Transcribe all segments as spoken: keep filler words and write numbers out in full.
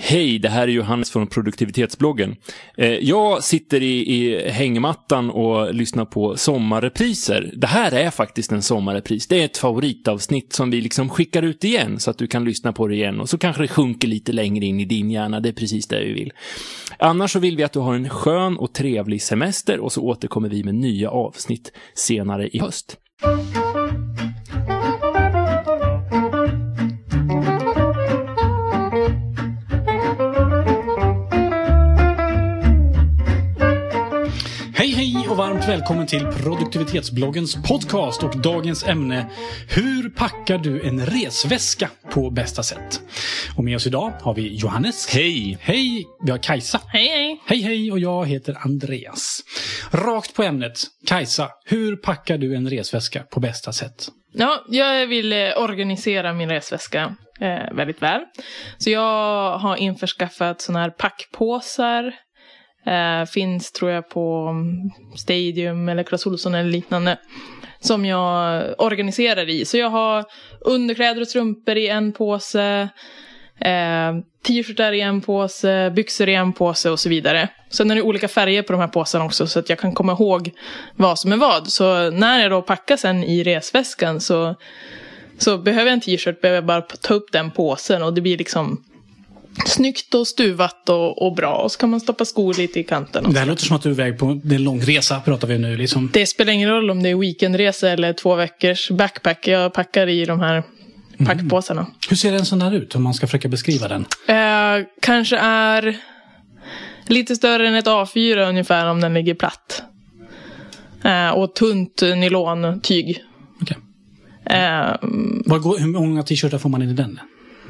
Hej, det här är Johannes från produktivitetsbloggen. Jag sitter i, i hängmattan och lyssnar på sommarrepriser. Det här är faktiskt en sommarrepris. Det är ett favoritavsnitt som vi liksom skickar ut igen så att du kan lyssna på det igen. Och så kanske det sjunker lite längre in i din hjärna. Det är precis det vi vill. Annars så vill vi att du har en skön och trevlig semester och så återkommer vi med nya avsnitt senare i höst. Hej hej och varmt välkommen till produktivitetsbloggens podcast och dagens ämne: hur packar du en resväska på bästa sätt? Och med oss idag har vi Johannes. Hej. Hej. Vi har Kajsa. Hej hej. Hej hej och jag heter Andreas. Rakt på ämnet. Kajsa, hur packar du en resväska på bästa sätt? Ja, jag vill eh, organisera min resväska eh, väldigt väl. Så jag har införskaffat såna här packpåsar. Uh, finns tror jag på Stadium eller Clas Ohlson eller liknande som jag organiserar i. Så jag har underkläder och strumpor i en påse, uh, t-shirtar i en påse, byxor i en påse och så vidare. Sen är det olika färger på de här påsarna också så att jag kan komma ihåg vad som är vad. Så när jag då packar sen i resväskan så, så behöver jag en t-shirt, behöver jag bara ta upp den påsen och det blir liksom snyggt och stuvat och, och bra. Och så kan man stoppa skor lite i kanten. Det här låter som att du är iväg på en lång resa, pratar vi nu liksom. Det spelar ingen roll om det är weekendresa eller två veckors backpack. Jag packar i de här packpåsarna. Mm. Hur ser en sån där ut om man ska försöka beskriva den? Eh, kanske är lite större än ett A fyra ungefär om den ligger platt. Eh, och tunt nylontyg. Okej. Okay. Eh, hur många t-shirtar får man in i den?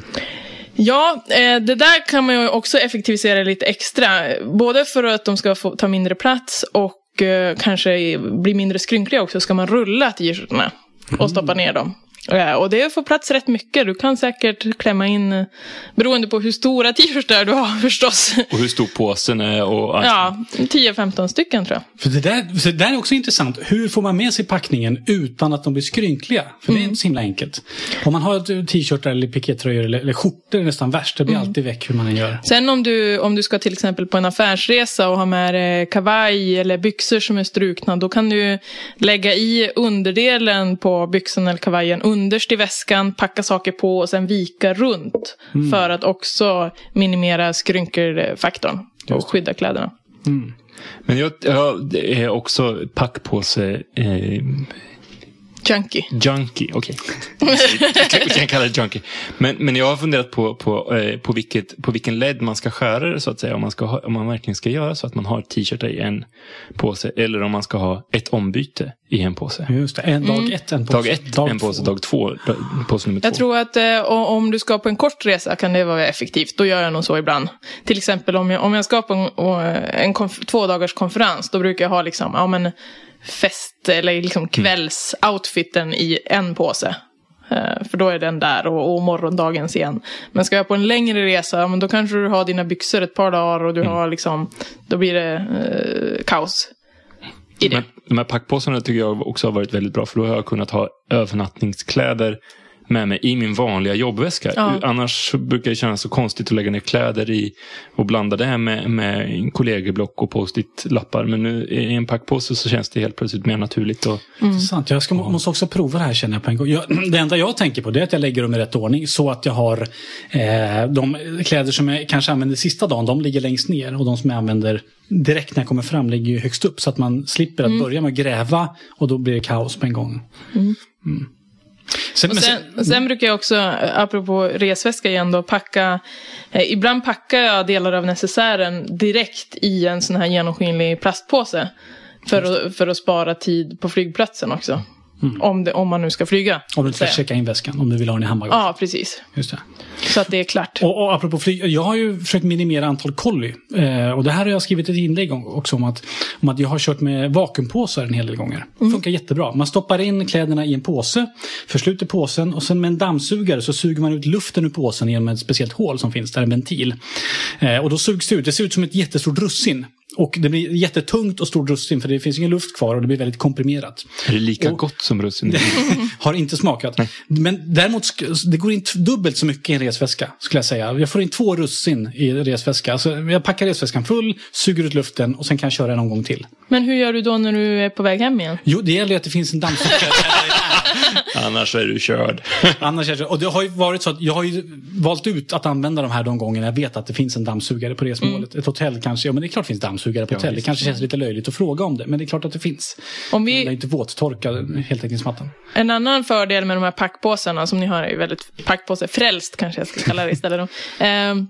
Ja, eh, det där kan man ju också effektivisera lite extra. Både för att de ska få ta mindre plats och eh, kanske bli mindre skrynkliga också. Ska man rulla t-shirtarna och stoppa ner dem. Eh, och det får plats rätt mycket. Du kan säkert klämma in, beroende på hur stora t-shirtar du har förstås. Och hur stor påsen är. Och ja, tio femton stycken tror jag. För det där, för det där är också intressant. Hur får man med sig packningen utan att de blir skrynkliga? För mm. det är inte så himla enkelt. Om man har t-shirtar eller pikétröjor eller, eller skjortor är nästan värst. Det blir mm. alltid väck hur man än gör. Sen om du, om du ska till exempel på en affärsresa och ha med kavaj eller byxor som är strukna, då kan du lägga i underdelen på byxan eller kavajen underst i väskan, packa saker på och sen vika runt mm. för att också minimera skrynkelfaktorn och skydda kläderna. Mm. Men jag, jag är också packpåse eh, junkie. Junkie, okej. Okay. Vi kan kalla det junkie. Men, men jag har funderat på, på, eh, på, vilket, på vilken led man ska skära det så att säga. Om man, ska ha, om man verkligen ska göra så att man har t-shirtar i en påse. Eller om man ska ha ett ombyte i en påse. Just det, en, dag mm. ett en påse. Dag ett dag en påse, dag två påse nummer två. Jag tror att eh, om du ska på en kort resa kan det vara effektivt. Då gör jag nog så ibland. Till exempel om jag, om jag ska på en, en konf- två dagars konferens. Då brukar jag ha liksom, ja men fest eller liksom kvällsoutfiten i en påse. Uh, för då är den där och, och morgondagens igen. Men ska jag på en längre resa, men då kanske du har dina byxor ett par dagar och du mm. har liksom, då blir det uh, kaos i det. Men de här packpåsarna tycker jag också har varit väldigt bra, för då har jag kunnat ha övernattningskläder med mig i min vanliga jobbväska. Ja. Annars brukar det kännas så konstigt att lägga ner kläder i och blanda det här med, med kollegieblock och post-it-lappar. Men nu i en packpåse så känns det helt plötsligt mer naturligt. Och... Mm. Sant. Jag ska, måste också prova det här, känner jag på en gång. Jag, det enda jag tänker på det är att jag lägger dem i rätt ordning så att jag har eh, de kläder som jag kanske använder sista dagen, de ligger längst ner, och de som jag använder direkt när jag kommer fram ligger ju högst upp, så att man slipper att mm. börja med att gräva och då blir det kaos på en gång. Mm. Mm. Sen, och sen, sen, sen brukar jag också, apropå resväska igen då, packa, eh, ibland packar jag delar av necessären direkt i en sån här genomskinlig plastpåse för att, för att spara tid på flygplatsen också. Mm. Om, det, om man nu ska flyga. Om du inte ska checka in väskan, om du vill ha den i handbagaget. Ja, precis. Just det. Så att det är klart. Och, och apropå flyg, jag har ju försökt minimera antal kolli. Eh, och det här har jag skrivit ett inlägg också om att, om att jag har kört med vakuumpåsar en hel del gånger. Det mm. funkar jättebra. Man stoppar in kläderna i en påse, försluter påsen och sen med en dammsugare så suger man ut luften ur påsen genom ett speciellt hål som finns där, en ventil. Eh, och då sugs det ut. Det ser ut som ett jättestort russin. och det blir jättetungt och stort russin för det finns ingen luft kvar och det blir väldigt komprimerat. Är det lika och, gott som russin? har inte smakat. Nej. Men däremot, det går in dubbelt så mycket i en resväska, skulle jag säga. Jag får in två russin i resväska. Alltså, jag packar resväskan full, suger ut luften och sen kan jag köra en gång till. Men hur gör du då när du är på väg hem igen? Jo, det gäller att det finns en dammsugare. Annars är du körd. Annars är det, och det har ju varit så att jag har ju valt ut att använda de här de gångerna jag vet att det finns en dammsugare på resmålet. Mm. Ett hotell kanske, ja men det är klart det finns dammsugare på ja, hotell. Det kanske känns lite löjligt att fråga om det, men det är klart att det finns. Om vi... Det är inte våttorka helt enkelt mattan. En annan fördel med de här packpåsarna som ni har är ju väldigt packpåse frälst kanske jag ska kalla det istället då. Um,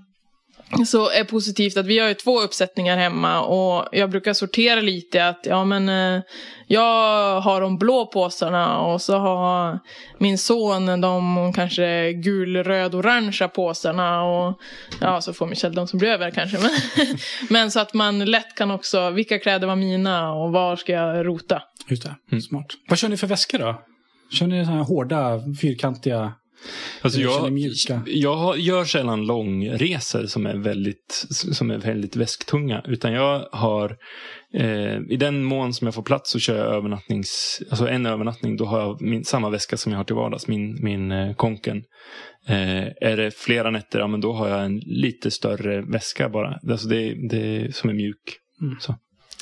Så är positivt att vi har ju två uppsättningar hemma och jag brukar sortera lite att ja men eh, jag har de blå påsarna och så har min son de kanske gul, röd, orangea påsarna och ja så får Michelle de som blir över kanske men, men så att man lätt kan också vilka kläder var mina och var ska jag rota. Just det, mm. Smart. Vad kör ni för väskor då? Kör ni så här hårda, fyrkantiga? Alltså jag, jag gör sällan långresor som är väldigt som är väldigt väsktunga utan jag har eh, i den mån som jag får plats så kör jag övernattnings alltså en övernattning då har jag min, samma väska som jag har till vardags min, min eh, konken eh, är det flera nätter ja, men då har jag en lite större väska bara alltså det, det som är mjuk mm. så.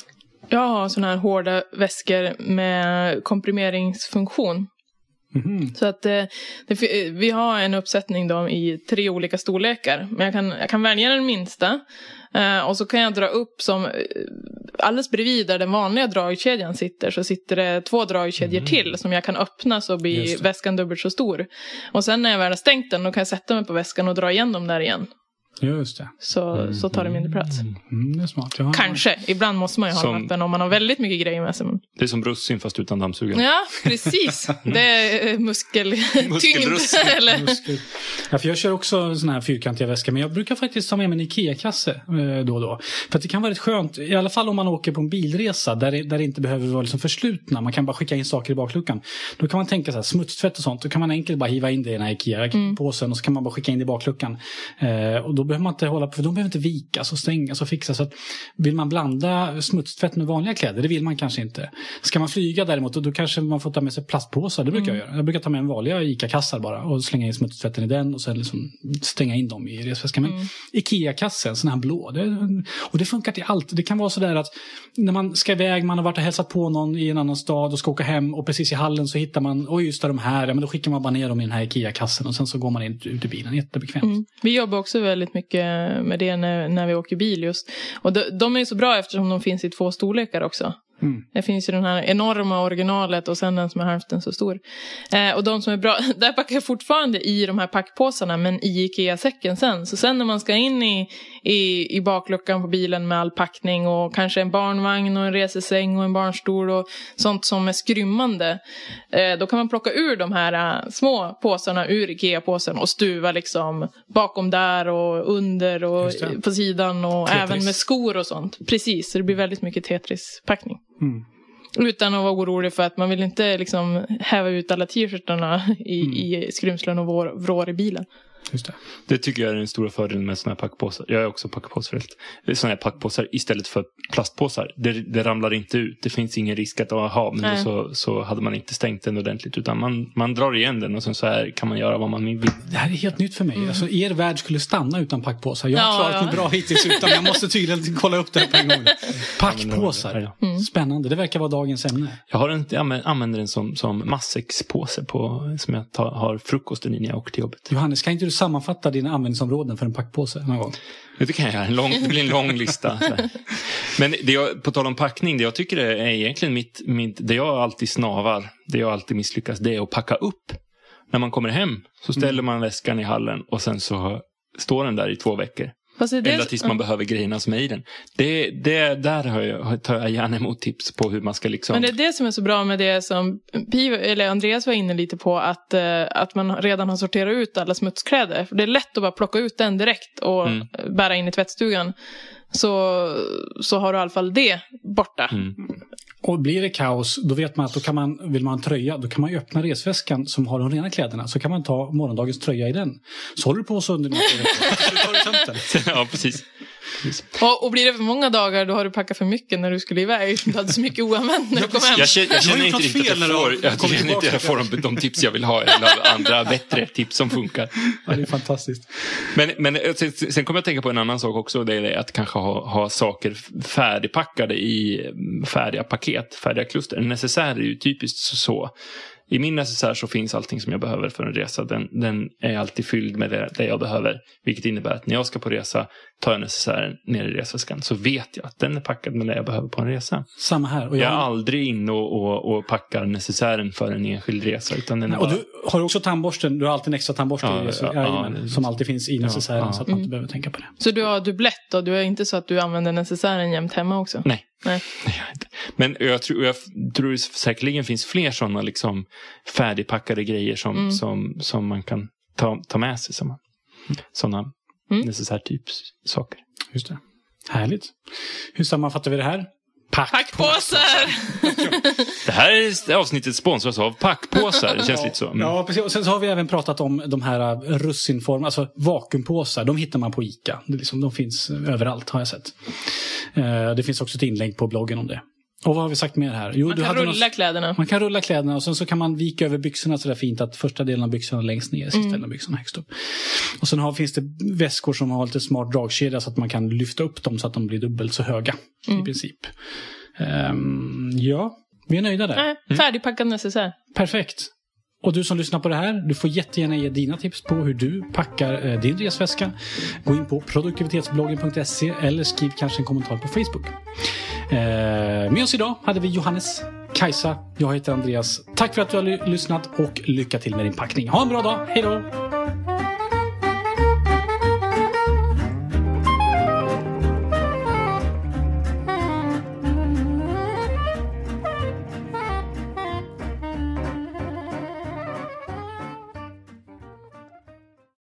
Jag har såna här hårda väskor med komprimeringsfunktion. Mm-hmm. Så att eh, det, vi har en uppsättning då i tre olika storlekar. Men jag kan, jag kan välja den minsta eh, och så kan jag dra upp som eh, alldeles bredvid där den vanliga dragkedjan sitter så sitter det två dragkedjor mm. till som jag kan öppna så blir väskan dubbelt så stor. Och sen när jag väl har stängt den då kan jag sätta mig på väskan och dra igen dem där igen. Just det. Så, mm. så tar det mindre plats. Mm, det är smart. Ja. Kanske. Ibland måste man ju ha som, öppen om man har väldigt mycket grejer med sig. Det är som russin fast utan dammsugare. Ja, precis. Det är muskeltyngd. Eller? Muskel. Ja, för jag kör också såna här fyrkantiga väskor. Men jag brukar faktiskt ta med mig en Ikea-kasse då och då. För att det kan vara rätt skönt. I alla fall om man åker på en bilresa. Där det, där det inte behöver vara liksom förslutna. Man kan bara skicka in saker i bakluckan. Då kan man tänka så här, smutstvätt och sånt. Då kan man enkelt bara hiva in det i den här Ikea-påsen. Mm. Och så kan man bara skicka in det i bakluckan. Eh, och då behöver man inte hålla på, för de behöver inte vikas och stängas och fixas. Så att vill man blanda smutstvätt med vanliga kläder, det vill man kanske inte. Ska man flyga däremot, då, då kanske man får ta med sig plastpåsar. Det brukar mm. jag göra. Jag brukar ta med en vanliga Ica-kassar bara och slänga in smutstvätten i den och sen liksom stänga in dem i resväskan. Men mm. Ikea-kassen, sån här blå. Det, och det funkar till allt. Det kan vara så där att när man ska iväg, man har varit och hälsat på någon i en annan stad och ska åka hem och precis i hallen så hittar man, oj just det, de här, ja, men då skickar man bara ner dem i den här Ikea-kassen och sen så går man in ut i bilen. Jättebekvämt. Mm. Vi jobbar också väldigt mycket med det när, när vi åker bil just. Och de, de är ju så bra eftersom de finns i två storlekar också. Mm. Det finns ju den här enorma originalet och sen den som är hälften så stor. Eh, och de som är bra, där packar jag fortfarande i de här packpåsarna men i Ikea-säcken sen. Så sen när man ska in i, i, i bakluckan på bilen med all packning och kanske en barnvagn och en resesäng och en barnstol och sånt som är skrymmande. Eh, då kan man plocka ur de här uh, små påsarna ur Ikea-påsen och stuva liksom bakom där och under och på sidan och Tetris. Även med skor och sånt. Precis, så det blir väldigt mycket Tetris-packning. Mm. Utan att vara orolig för att man vill inte liksom häva ut alla t-shirtarna i, mm. i skrymslen och vrår, vrår i bilen. Just det. Det tycker jag är den stora fördelen med såna här packpåsar. Jag är också packpåsförälder. Såna här packpåsar istället för plastpåsar. Det, det ramlar inte ut. Det finns ingen risk att aha, men då så, så hade man inte stängt den ordentligt. Utan man, man drar igen den och sen så här kan man göra vad man vill. Det här är helt nytt för mig. Mm. Alltså, er värld skulle stanna utan packpåsar. Jag har ja, klarat ja. mig bra hittills utan jag måste tydligen kolla upp det här på en gång. Packpåsar. Mm. Spännande. Det verkar vara dagens ämne. Jag, har en, jag använder den som, som matsäckspåse på, som jag tar, har frukosten i när jag åker till jobbet. Johannes, kan inte du sammanfatta dina användningsområden för en packpåse någon gång? Det kan jag göra. En lång, det blir en lång lista. Men det jag, på tal om packning, det jag tycker är egentligen mitt, mitt, det jag alltid snavar, det jag alltid misslyckas, det är att packa upp. När man kommer hem så ställer man väskan i hallen och sen så står den där i två veckor. Ända tills man mm. behöver grejerna som är i den. Det, det, där har jag, tar jag gärna emot tips på hur man ska liksom... Men det är det som är så bra med det som Piv, eller Andreas var inne lite på. Att, att man redan har sorterat ut alla smutskläder. För det är lätt att bara plocka ut den direkt och mm. bära in i tvättstugan. Så, så har du i alla fall det borta. Mm. Och blir det kaos, då vet man att då kan man, vill man ha en tröja, då kan man ju öppna resväskan som har de rena kläderna. Så kan man ta morgondagens tröja i den. Så håller du på så under något. Ja, precis. Och, och blir det för många dagar, då har du packat för mycket när du skulle iväg. Du hade så mycket oanvänt när du kom hem. Jag känner, jag känner jag inte riktigt att jag får, jag jag känner inte att jag får de, de tips jag vill ha, eller andra bättre tips som funkar. Ja, det är fantastiskt. Men, men sen, sen kommer jag tänka på en annan sak också, det är att kanske ha, ha saker färdigpackade i färdiga paket, färdiga kluster. En necessär är ju typiskt så. I min necessär så finns allting som jag behöver för en resa. Den, den är alltid fylld med det, det jag behöver. Vilket innebär att när jag ska på resa, tar jag necessären ner i resväskan, så vet jag att den är packad med det jag behöver på en resa. Samma här. Och jag, jag är aldrig inne och, och, och packar necessären för en enskild resa. Utan den är och bara... du har också tandborsten. Du har alltid en extra tandborste ja, i resa, ja, ja, som alltid finns i necessären, ja, så att man mm. inte behöver tänka på det. Så du har dubblett och du är inte så att du använder necessären jämt hemma också? Nej. Nej. Men jag tror, jag tror det säkerligen finns fler sådana liksom färdigpackade grejer som, mm. som, som man kan ta, ta med sig. Som, sådana mm. necessär typ saker. Just det. Härligt. Hur sammanfattar vi det här? Pack Packpåsar! Det här är avsnittet sponsras av packpåsar. Det känns ja, lite så. Mm. Ja, precis. Och sen så har vi även pratat om de här russinform, alltså vakuumpåsar. De hittar man på ICA. Det liksom, de finns överallt, har jag sett. Eh, det finns också ett inlägg på bloggen om det. Och vad har vi sagt mer här? Jo, man du kan hade rulla någon... kläderna. Man kan rulla kläderna och sen så kan man vika över byxorna så där fint att första delen av byxorna längst ner, sista mm. delen av byxorna högst upp. Och sen har, finns det väskor som har lite smart dragkedja så att man kan lyfta upp dem så att de blir dubbelt så höga mm. i princip. Um, ja, vi är nöjda där. Nej, färdigpackad necessär. Perfekt. Och du som lyssnar på det här, du får jättegärna ge dina tips på hur du packar eh, din resväska. Gå in på produktivitetsbloggen punkt se eller skriv kanske en kommentar på Facebook. Eh, med oss idag hade vi Johannes, Kajsa, jag heter Andreas. Tack för att du har ly- lyssnat och lycka till med din packning. Ha en bra dag, hej då!